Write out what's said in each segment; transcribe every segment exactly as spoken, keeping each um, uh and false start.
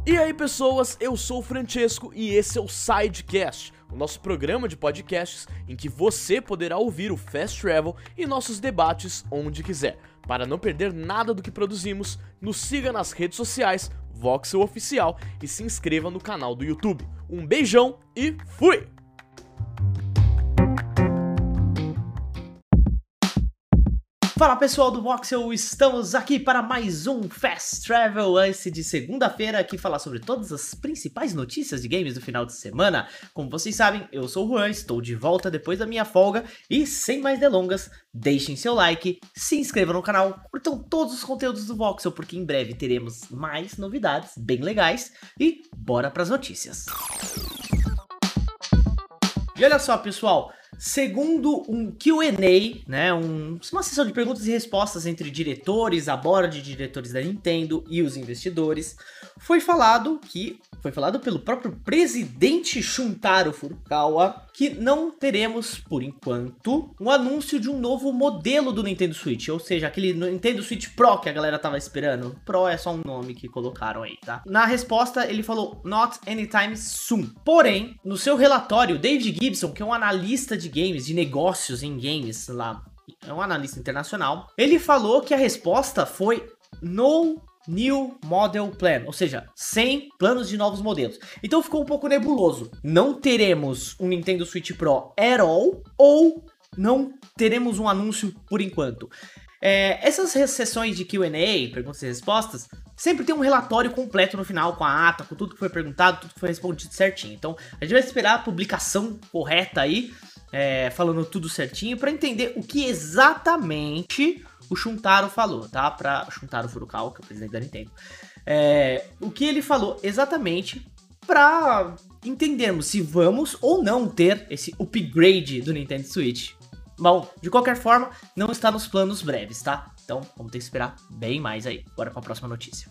E aí pessoas, eu sou o Francesco e esse é o Sidecast, o nosso programa de podcasts em que você poderá ouvir o Fast Travel e nossos debates onde quiser. Para não perder nada do que produzimos, nos siga nas redes sociais, Voxel Oficial, e se inscreva no canal do YouTube. Um beijão e fui! Fala pessoal do Voxel, estamos aqui para mais um Fast Travel, esse de segunda-feira, aqui falar sobre todas as principais notícias de games do final de semana. Como vocês sabem, eu sou o Juan, estou de volta depois da minha folga e sem mais delongas, deixem seu like, se inscrevam no canal, curtam todos os conteúdos do Voxel, porque em breve teremos mais novidades bem legais e bora para as notícias. E olha só pessoal, segundo um Q and A, né, um, uma sessão de perguntas e respostas entre diretores, a board de diretores da Nintendo e os investidores, foi falado que, foi falado pelo próprio presidente Shuntaro Furukawa, que não teremos, por enquanto, um anúncio de um novo modelo do Nintendo Switch, ou seja, aquele Nintendo Switch Pro que a galera tava esperando. Pro é só um nome que colocaram aí, tá? Na resposta, ele falou, not anytime soon. Porém, no seu relatório, David Gibson, que é um analista de games, de negócios em games lá, é um analista internacional, ele falou que a resposta foi no New Model Plan, ou seja, sem planos de novos modelos. Então ficou um pouco nebuloso. Não teremos um Nintendo Switch Pro at all, ou não teremos um anúncio por enquanto. É, essas sessões de Q and A, perguntas e respostas, sempre tem um relatório completo no final, com a ata, com tudo que foi perguntado, tudo que foi respondido certinho. Então a gente vai esperar a publicação correta aí, é, falando tudo certinho, para entender o que exatamente o Shuntaro falou, tá? Pra Shuntaro Furukawa, que é o presidente da Nintendo. É, o que ele falou exatamente pra entendermos se vamos ou não ter esse upgrade do Nintendo Switch. Bom, de qualquer forma, não está nos planos breves, tá? Então, vamos ter que esperar bem mais aí. Bora pra próxima notícia.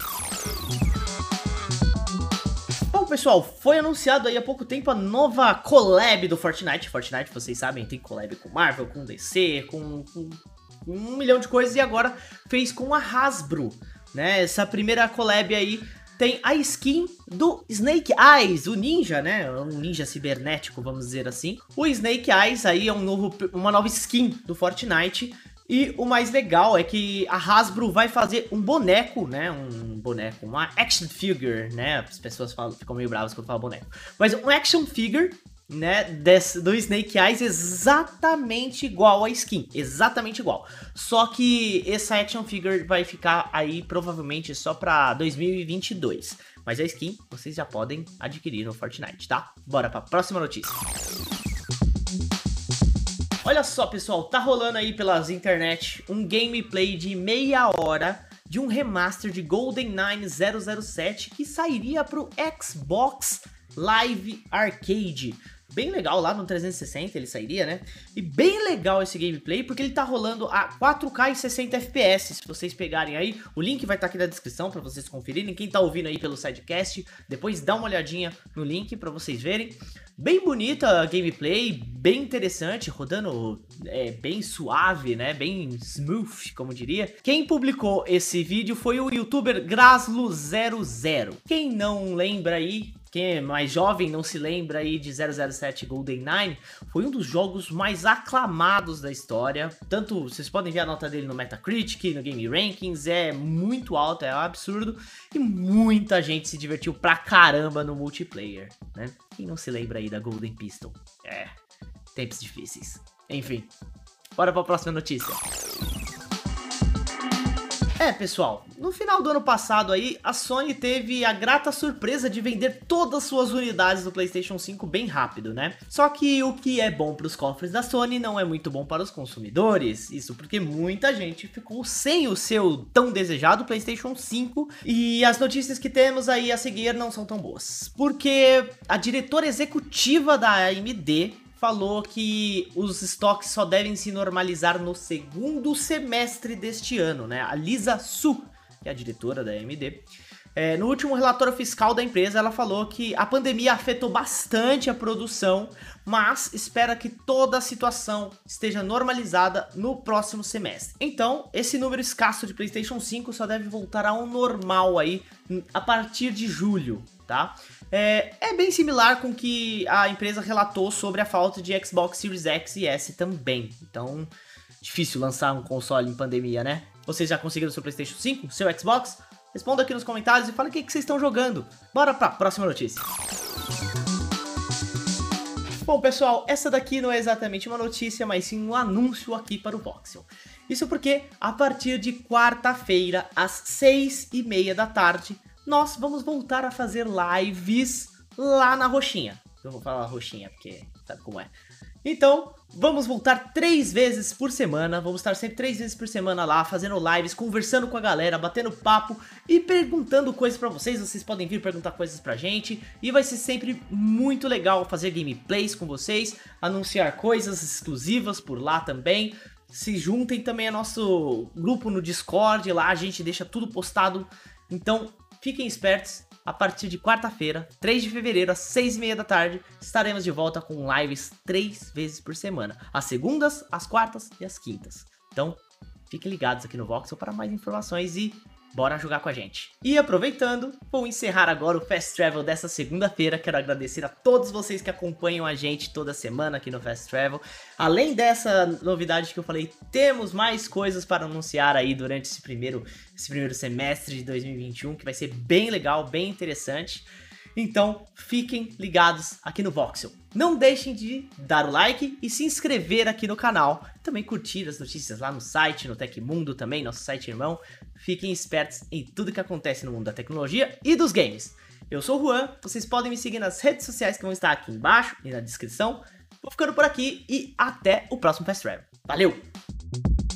Bom, pessoal, foi anunciado aí há pouco tempo a nova collab do Fortnite. Fortnite, vocês sabem, tem collab com Marvel, com D C, com... com um milhão de coisas, e agora fez com a Hasbro, né? Essa primeira collab aí tem a skin do Snake Eyes, o ninja, né? Um ninja cibernético, vamos dizer assim. O Snake Eyes aí é um novo, uma nova skin do Fortnite. E o mais legal é que a Hasbro vai fazer um boneco, né? Um boneco, uma action figure, né? As pessoas falam, ficam meio bravas quando falam boneco. Mas um action figure, né, desse, do Snake Eyes exatamente igual a skin, exatamente igual. Só que essa action figure vai ficar aí provavelmente só pra dois mil e vinte e dois. Mas a skin vocês já podem adquirir no Fortnite, tá? Bora pra próxima notícia. Olha só pessoal, tá rolando aí pelas internet um gameplay de meia hora de um remaster de GoldenEye zero zero sete que sairia pro Xbox Live Arcade. Bem legal, lá no trezentos e sessenta ele sairia, né? E bem legal esse gameplay, porque ele tá rolando a quatro K e sessenta F P S. Se vocês pegarem aí, o link vai estar tá aqui na descrição pra vocês conferirem. Quem tá ouvindo aí pelo Sidecast, depois dá uma olhadinha no link pra vocês verem. Bem bonita a gameplay, bem interessante, rodando é, bem suave, né? Bem smooth, como diria. Quem publicou esse vídeo foi o youtuber Graslo zero zero. Quem não lembra aí, quem é mais jovem não se lembra aí de zero zero sete GoldenEye, foi um dos jogos mais aclamados da história. Tanto, vocês podem ver a nota dele no Metacritic, no Game Rankings, é muito alta, é um absurdo. E muita gente se divertiu pra caramba no multiplayer, né? Quem não se lembra aí da Golden Pistol? É, tempos difíceis. Enfim, bora pra próxima notícia. É, pessoal, no final do ano passado aí, a Sony teve a grata surpresa de vender todas suas unidades do PlayStation cinco bem rápido, né? Só que o que é bom para os cofres da Sony não é muito bom para os consumidores. Isso porque muita gente ficou sem o seu tão desejado PlayStation cinco. E as notícias que temos aí a seguir não são tão boas. Porque a diretora executiva da A M D falou que os estoques só devem se normalizar no segundo semestre deste ano, né? A Lisa Su, que é a diretora da A M D, É, no último relatório fiscal da empresa, ela falou que a pandemia afetou bastante a produção, mas espera que toda a situação esteja normalizada no próximo semestre. Então, esse número escasso de PlayStation cinco só deve voltar ao normal aí a partir de julho, tá? É, é bem similar com o que a empresa relatou sobre a falta de Xbox Series X e S também. Então, difícil lançar um console em pandemia, né? Vocês já conseguiram seu PlayStation cinco, seu Xbox? Responda aqui nos comentários e fala o que, que vocês estão jogando. Bora pra próxima notícia. Bom, pessoal, essa daqui não é exatamente uma notícia, mas sim um anúncio aqui para o Voxel. Isso porque, a partir de quarta-feira, às seis e meia da tarde, nós vamos voltar a fazer lives lá na Roxinha. Eu vou falar Roxinha, porque sabe como é. Então, vamos voltar três vezes por semana, vamos estar sempre três vezes por semana lá, fazendo lives, conversando com a galera, batendo papo e perguntando coisas pra vocês. Vocês podem vir perguntar coisas pra gente e vai ser sempre muito legal fazer gameplays com vocês, anunciar coisas exclusivas por lá também. Se juntem também ao nosso grupo no Discord, lá a gente deixa tudo postado, então fiquem espertos. A partir de quarta-feira, três de fevereiro, às seis e meia da tarde, estaremos de volta com lives três vezes por semana. Às segundas, às quartas e às quintas. Então, fiquem ligados aqui no Voxel para mais informações e bora jogar com a gente. E aproveitando, vou encerrar agora o Fast Travel dessa segunda-feira. Quero agradecer a todos vocês que acompanham a gente toda semana aqui no Fast Travel. Além dessa novidade que eu falei, temos mais coisas para anunciar aí durante esse primeiro, esse primeiro semestre de dois mil e vinte e um, que vai ser bem legal, bem interessante. Então, fiquem ligados aqui no Voxel. Não deixem de dar o like e se inscrever aqui no canal. Também curtir as notícias lá no site, no Tecmundo também, nosso site irmão. Fiquem espertos em tudo que acontece no mundo da tecnologia e dos games. Eu sou o Juan, vocês podem me seguir nas redes sociais que vão estar aqui embaixo e na descrição. Vou ficando por aqui e até o próximo Fast Travel. Valeu!